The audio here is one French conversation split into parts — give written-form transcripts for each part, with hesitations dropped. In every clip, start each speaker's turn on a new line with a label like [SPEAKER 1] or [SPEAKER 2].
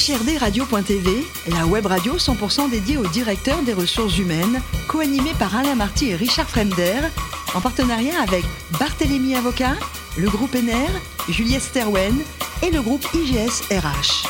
[SPEAKER 1] HRDRadio.tv, la web radio 100% dédiée aux directeurs des ressources humaines, co-animée par Alain Marty et Richard Fremder, en partenariat avec Barthélemy Avocat, le groupe ENER, Juliette Sterwen et le groupe IGS RH.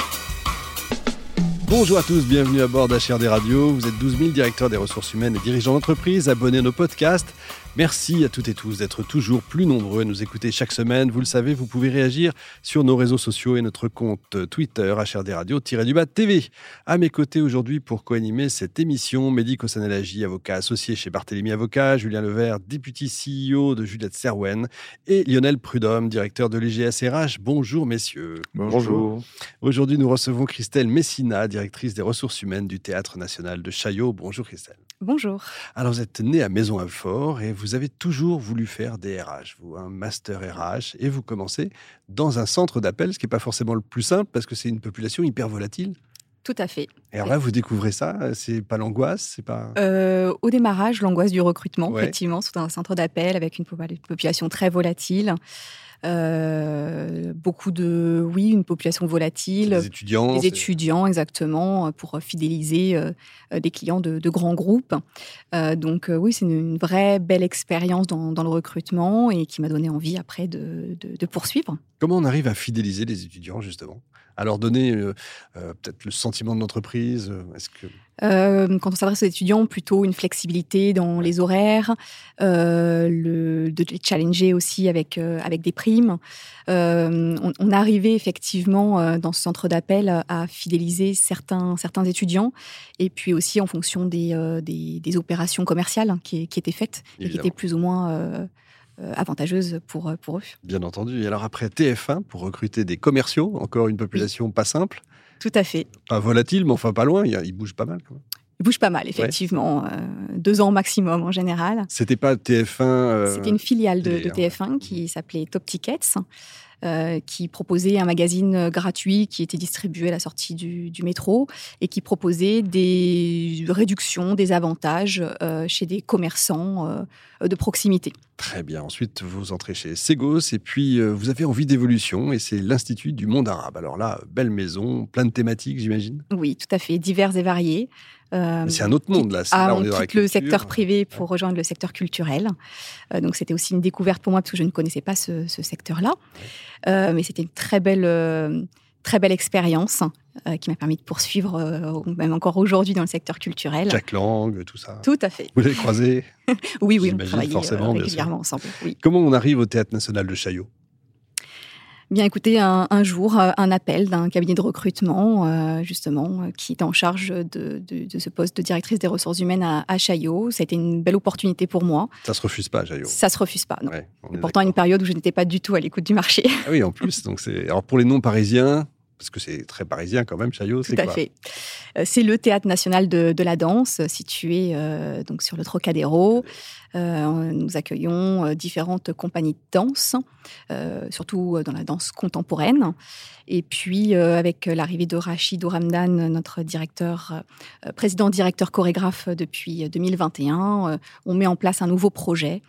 [SPEAKER 2] Bonjour à tous, bienvenue à bord d'HRD Radio. Vous êtes 12 000 directeurs des ressources humaines et dirigeants d'entreprise, abonnés à nos podcasts. Merci à toutes et tous d'être toujours plus nombreux à nous écouter chaque semaine. Vous le savez, vous pouvez réagir sur nos réseaux sociaux et notre compte Twitter, HRD Radio-TV. À mes côtés aujourd'hui pour co-animer cette émission, Mehdi Kossanelhagi, avocat associé chez Barthélemy Avocat, Julien Levert, député CEO de Juliette Sterwen et Lionel Prudhomme, directeur de l'IGS RH. Bonjour messieurs.
[SPEAKER 3] Bonjour.
[SPEAKER 2] Aujourd'hui, nous recevons Christelle Messina, directrice des ressources humaines du Théâtre National de Chaillot. Bonjour Christelle.
[SPEAKER 4] Bonjour.
[SPEAKER 2] Alors vous êtes née à Maisons-Alfort et vous avez toujours voulu faire des RH, vous, un master RH, et vous commencez dans un centre d'appel, ce qui n'est pas forcément le plus simple parce que c'est une population hyper volatile.
[SPEAKER 4] Tout à fait.
[SPEAKER 2] Et alors là, vous découvrez ça, c'est pas l'angoisse, c'est pas...
[SPEAKER 4] Au démarrage, l'angoisse du recrutement,
[SPEAKER 2] Ouais.
[SPEAKER 4] Effectivement, c'est un centre d'appel avec une population très volatile. Une population volatile.
[SPEAKER 2] Des étudiants.
[SPEAKER 4] Des étudiants, exactement, pour fidéliser des clients de grands groupes. Oui, c'est une vraie belle expérience dans le recrutement et qui m'a donné envie après de poursuivre.
[SPEAKER 2] Comment on arrive à fidéliser les étudiants, justement ? À leur donner peut-être le sentiment de l'entreprise. Est-ce que...
[SPEAKER 4] Quand on s'adresse aux étudiants, plutôt une flexibilité dans les horaires, de les challenger aussi avec des primes. On arrivait effectivement dans ce centre d'appel à fidéliser certains étudiants, et puis aussi en fonction des opérations commerciales qui étaient faites et qui étaient plus ou moins avantageuses pour eux.
[SPEAKER 2] Bien entendu. Et alors après TF1, pour recruter des commerciaux, encore une population pas simple.
[SPEAKER 4] Tout à fait.
[SPEAKER 2] Pas volatile, mais enfin pas loin, il bouge pas mal quand même.
[SPEAKER 4] Il bouge pas mal, effectivement. 2 ans maximum en général.
[SPEAKER 2] C'était pas TF1...
[SPEAKER 4] C'était une filiale de TF1 qui s'appelait Top Tickets, qui proposait un magazine gratuit qui était distribué à la sortie du métro et qui proposait des réductions, des avantages chez des commerçants de proximité.
[SPEAKER 2] Très bien. Ensuite, vous entrez chez Segos et puis vous avez envie d'évolution et c'est l'Institut du monde arabe. Alors là, belle maison, plein de thématiques, j'imagine.
[SPEAKER 4] Oui, tout à fait, divers et variés.
[SPEAKER 2] Mais c'est un autre monde, là.
[SPEAKER 4] On quitte le secteur privé pour rejoindre le secteur culturel. Donc, c'était aussi une découverte pour moi parce que je ne connaissais pas ce secteur-là. Mais c'était une très belle expérience qui m'a permis de poursuivre, même encore aujourd'hui, dans le secteur culturel.
[SPEAKER 2] Jack Lang, tout ça.
[SPEAKER 4] Tout à fait.
[SPEAKER 2] Vous l'avez croisé ?
[SPEAKER 4] Oui, on
[SPEAKER 2] J'imagine,
[SPEAKER 4] travaillait
[SPEAKER 2] forcément,
[SPEAKER 4] régulièrement ensemble. Oui.
[SPEAKER 2] Comment on arrive au Théâtre National de Chaillot ?
[SPEAKER 4] Bien, écoutez, un jour, un appel d'un cabinet de recrutement, justement, qui était en charge de ce poste de directrice des ressources humaines à Chaillot. Ça a été une belle opportunité pour moi.
[SPEAKER 2] Ça se refuse pas, Chaillot ?
[SPEAKER 4] Ça se refuse pas, non.
[SPEAKER 2] Ouais,
[SPEAKER 4] pourtant, une période où je n'étais pas du tout à l'écoute du marché.
[SPEAKER 2] Ah oui, en plus. Donc alors pour les non-parisiens, parce que c'est très parisien quand même, Chaillot, c'est quoi ?
[SPEAKER 4] Tout à fait. C'est le Théâtre National de la Danse, situé donc sur le Trocadéro. Nous accueillons différentes compagnies de danse, surtout dans la danse contemporaine. Et puis, avec l'arrivée de Rachid Ouramdan, notre président-directeur chorégraphe depuis 2021, on met en place un nouveau projet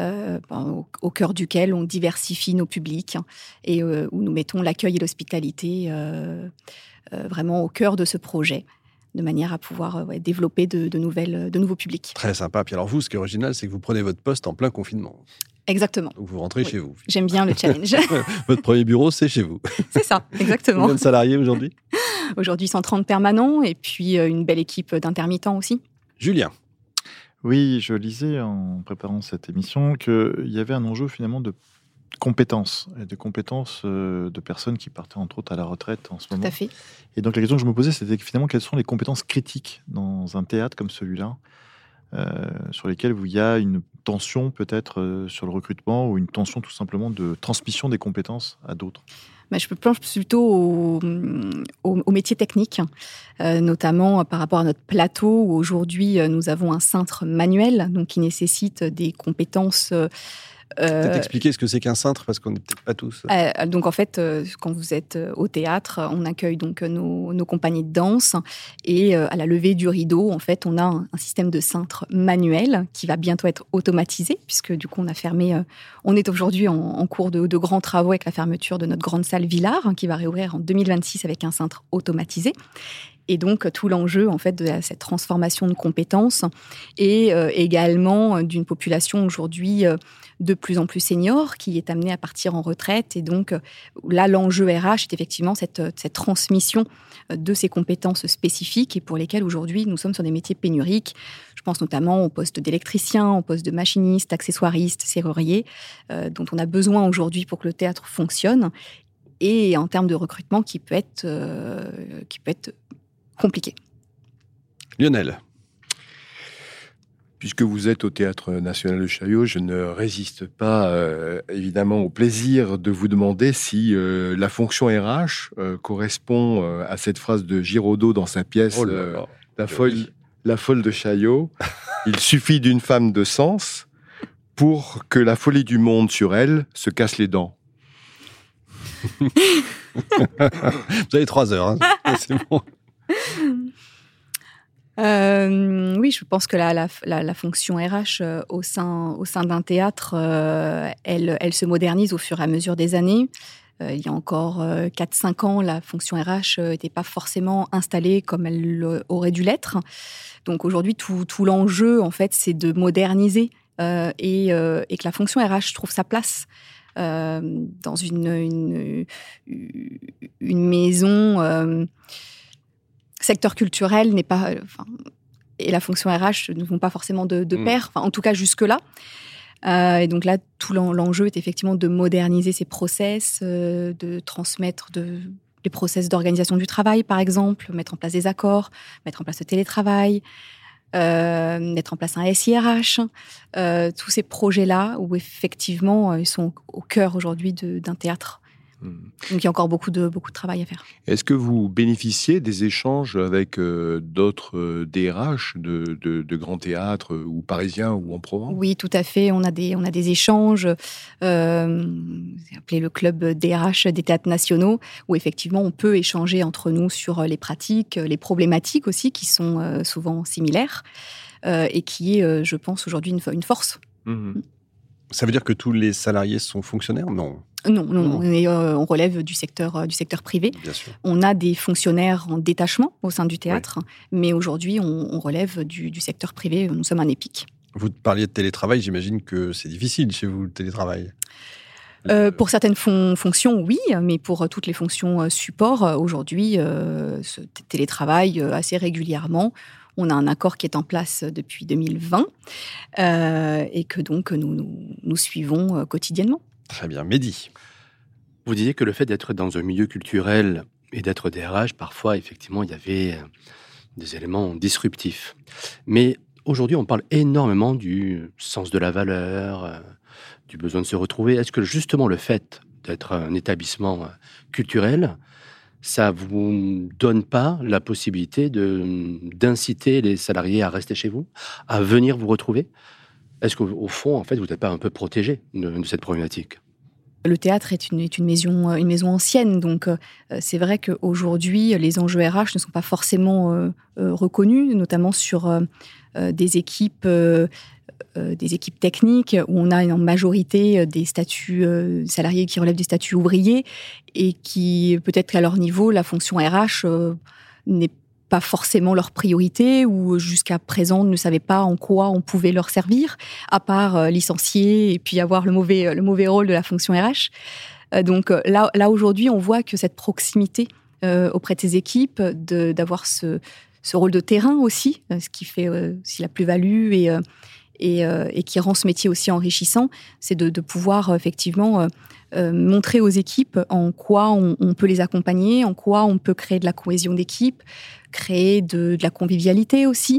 [SPEAKER 4] au cœur duquel on diversifie nos publics et où nous mettons l'accueil et l'hospitalité vraiment au cœur de ce projet, de manière à pouvoir développer de nouveaux publics.
[SPEAKER 2] Très sympa. Puis alors vous, ce qui est original, c'est que vous prenez votre poste en plein confinement.
[SPEAKER 4] Exactement.
[SPEAKER 2] Donc vous rentrez chez vous.
[SPEAKER 4] J'aime bien le challenge.
[SPEAKER 2] Votre premier bureau, c'est chez vous.
[SPEAKER 4] C'est ça, exactement.
[SPEAKER 2] Combien de salariés aujourd'hui ?
[SPEAKER 4] Aujourd'hui, 130 permanents et puis une belle équipe d'intermittents aussi.
[SPEAKER 2] Julien.
[SPEAKER 3] Oui, je lisais en préparant cette émission qu'il y avait un enjeu finalement de compétences, de personnes qui partaient entre autres à la retraite en ce moment.
[SPEAKER 4] Tout à fait.
[SPEAKER 3] Et donc la question que je me posais, c'était finalement quelles sont les compétences critiques dans un théâtre comme celui-là, sur lesquelles il y a une tension peut-être sur le recrutement ou une tension tout simplement de transmission des compétences à d'autres.
[SPEAKER 4] Je penche plutôt au métier technique, notamment par rapport à notre plateau où aujourd'hui nous avons un cintre manuel donc qui nécessite des compétences
[SPEAKER 2] Peut-être expliquer ce que c'est qu'un cintre, parce qu'on n'est peut-être pas tous.
[SPEAKER 4] Donc en fait, quand vous êtes au théâtre, on accueille donc nos compagnies de danse et à la levée du rideau, en fait, on a un système de cintre manuel qui va bientôt être automatisé, puisque du coup on a fermé. On est aujourd'hui en cours de grands travaux avec la fermeture de notre grande salle Villard, qui va réouvrir en 2026 avec un cintre automatisé. Et donc, tout l'enjeu, en fait, de cette transformation de compétences et également d'une population aujourd'hui de plus en plus senior qui est amenée à partir en retraite. Et donc, là, l'enjeu RH est effectivement cette transmission de ces compétences spécifiques et pour lesquelles aujourd'hui, nous sommes sur des métiers pénuriques. Je pense notamment au poste d'électricien, au poste de machiniste, accessoiriste, serrurier, dont on a besoin aujourd'hui pour que le théâtre fonctionne. Et en termes de recrutement qui peut être compliqué.
[SPEAKER 2] Lionel.
[SPEAKER 5] Puisque vous êtes au Théâtre National de Chaillot, je ne résiste pas évidemment au plaisir de vous demander si la fonction RH correspond à cette phrase de Giraudot dans sa pièce La folle de Chaillot. Il suffit d'une femme de sens pour que la folie du monde sur elle se casse les dents.
[SPEAKER 2] Vous avez 3 heures, hein. C'est bon.
[SPEAKER 4] Oui, je pense que la fonction RH au sein d'un théâtre, elle se modernise au fur et à mesure des années. Il y a encore 4-5 ans, la fonction RH n'était pas forcément installée comme elle aurait dû l'être. Donc aujourd'hui, tout l'enjeu, en fait, c'est de moderniser et que la fonction RH trouve sa place dans une maison. Secteur culturel n'est pas, et la fonction RH ne vont pas forcément de pair, en tout cas jusque-là. Et donc là, tout l'enjeu est effectivement de moderniser ces process, de transmettre les process d'organisation du travail, par exemple, mettre en place des accords, mettre en place le télétravail, mettre en place un SIRH. Tous ces projets-là, où effectivement, ils sont au cœur aujourd'hui d'un théâtre. Donc il y a encore beaucoup de travail à faire.
[SPEAKER 5] Est-ce que vous bénéficiez des échanges avec d'autres DRH de grands théâtres ou parisiens ou en Provence ?
[SPEAKER 4] Oui, tout à fait. On a des échanges, appelé le club DRH des théâtres nationaux, où effectivement on peut échanger entre nous sur les pratiques, les problématiques aussi qui sont souvent similaires et qui est, je pense, aujourd'hui une force.
[SPEAKER 2] Ça veut dire que tous les salariés sont fonctionnaires ? Non.
[SPEAKER 4] Non. On relève du secteur privé.
[SPEAKER 2] Bien sûr.
[SPEAKER 4] On a des fonctionnaires en détachement au sein du théâtre, mais aujourd'hui, on relève du secteur privé. Nous sommes un EPIC.
[SPEAKER 2] Vous parliez de télétravail, j'imagine que c'est difficile chez vous, le télétravail.
[SPEAKER 4] Pour certaines fonctions, oui, mais pour toutes les fonctions support, aujourd'hui, ce télétravail assez régulièrement. On a un accord qui est en place depuis 2020 et que donc nous suivons quotidiennement.
[SPEAKER 2] Très bien. Mehdi.
[SPEAKER 6] Vous disiez que le fait d'être dans un milieu culturel et d'être DRH, parfois, effectivement, il y avait des éléments disruptifs. Mais aujourd'hui, on parle énormément du sens de la valeur, du besoin de se retrouver. Est-ce que justement le fait d'être un établissement culturel, ça vous donne pas la possibilité d'inciter les salariés à rester chez vous, à venir vous retrouver ? Est-ce qu'au fond, en fait, vous n'êtes pas un peu protégé de cette problématique ?
[SPEAKER 4] Le théâtre est une maison ancienne, donc c'est vrai qu'aujourd'hui, les enjeux RH ne sont pas forcément reconnus, notamment sur des équipes techniques où on a en majorité des statuts salariés qui relèvent des statuts ouvriers et qui, peut-être qu'à leur niveau, la fonction RH n'est pas forcément leur priorité ou jusqu'à présent ne savaient pas en quoi on pouvait leur servir, à part licencier et puis avoir le mauvais rôle de la fonction RH. Donc là aujourd'hui, on voit que cette proximité auprès de ces équipes, d'avoir ce rôle de terrain aussi, ce qui fait aussi la plus-value et qui rend ce métier aussi enrichissant, c'est de pouvoir effectivement montrer aux équipes en quoi on peut les accompagner, en quoi on peut créer de la cohésion d'équipe, créer de la convivialité aussi,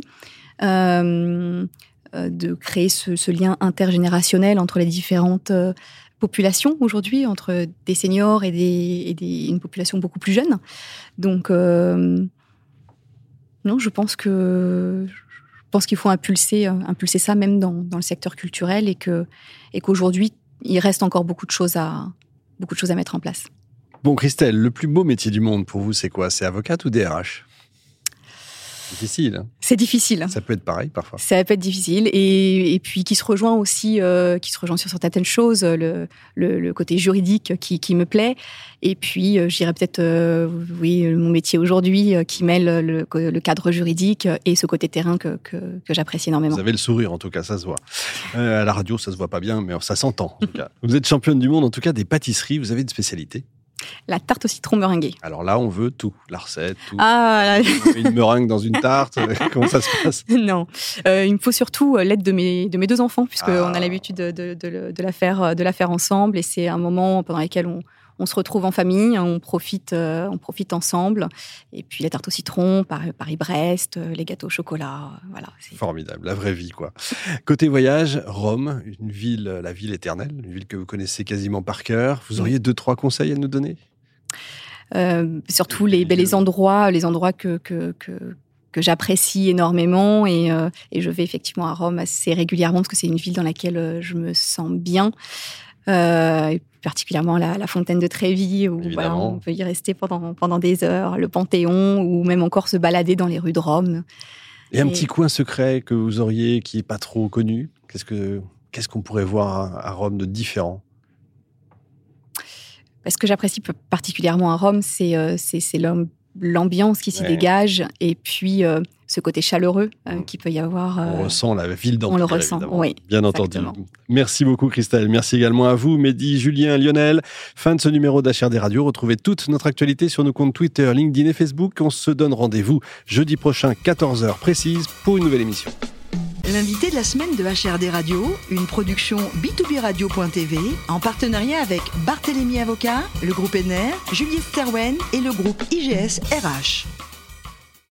[SPEAKER 4] de créer ce lien intergénérationnel entre les différentes populations aujourd'hui, entre des seniors et une population beaucoup plus jeune. Donc, non, je pense que pense qu'il faut impulser ça même dans le secteur culturel et qu'aujourd'hui, il reste encore beaucoup de choses à mettre en place.
[SPEAKER 2] Bon, Christelle, le plus beau métier du monde pour vous, c'est quoi? C'est avocate ou DRH? Difficile. Hein.
[SPEAKER 4] C'est difficile.
[SPEAKER 2] Ça peut être pareil parfois.
[SPEAKER 4] Ça peut être difficile et puis qui se rejoint aussi, sur certaines choses, le côté juridique qui me plaît. Et puis, je dirais peut-être, mon métier aujourd'hui qui mêle le cadre juridique et ce côté terrain que j'apprécie énormément.
[SPEAKER 2] Vous avez le sourire, en tout cas, ça se voit. À la radio, ça se voit pas bien, mais ça s'entend, en tout cas. Vous êtes championne du monde, en tout cas, des pâtisseries. Vous avez une spécialité?
[SPEAKER 4] La tarte au citron meringuée.
[SPEAKER 2] Alors là, on veut tout, la recette, tout.
[SPEAKER 4] Ah,
[SPEAKER 2] une meringue dans une tarte, comment ça se passe?
[SPEAKER 4] Non, il me faut surtout l'aide de mes 2 enfants, puisqu'on a l'habitude de la faire ensemble, et c'est un moment pendant lequel on se retrouve en famille, on profite ensemble, et puis la tarte au citron, Paris-Brest, les gâteaux au chocolat, voilà. C'est
[SPEAKER 2] formidable, la vraie vie, quoi. Côté voyage, Rome, la ville éternelle, une ville que vous connaissez quasiment par cœur. Vous auriez 2-3 conseils à nous donner?
[SPEAKER 4] Surtout les endroits que j'apprécie énormément, et je vais effectivement à Rome assez régulièrement parce que c'est une ville dans laquelle je me sens bien. Et particulièrement la fontaine de Trévi, où voilà, on peut y rester pendant des heures, le Panthéon, ou même encore se balader dans les rues de Rome.
[SPEAKER 2] Et un petit coin secret que vous auriez qui n'est pas trop connu? Qu'est-ce qu'on pourrait voir à Rome de différent?
[SPEAKER 4] Ce que j'apprécie particulièrement à Rome, c'est l'ambiance qui s'y dégage, et puis ce côté chaleureux qu'il peut y avoir.
[SPEAKER 2] On ressent la ville d'Empire.
[SPEAKER 4] On le ressent,
[SPEAKER 2] évidemment.
[SPEAKER 4] Oui.
[SPEAKER 2] Bien
[SPEAKER 4] exactement.
[SPEAKER 2] entendu. Merci beaucoup, Christelle. Merci également à vous, Mehdi, Julien, Lionel. Fin de ce numéro d'HRD Radio. Retrouvez toute notre actualité sur nos comptes Twitter, LinkedIn et Facebook. On se donne rendez-vous jeudi prochain, 14h précise, pour une nouvelle émission.
[SPEAKER 1] L'invité de la semaine de HRD Radio, une production B2B-radio.tv en partenariat avec Barthélémy Avocat, le groupe ENER, Juliette Sterwen et le groupe IGS RH.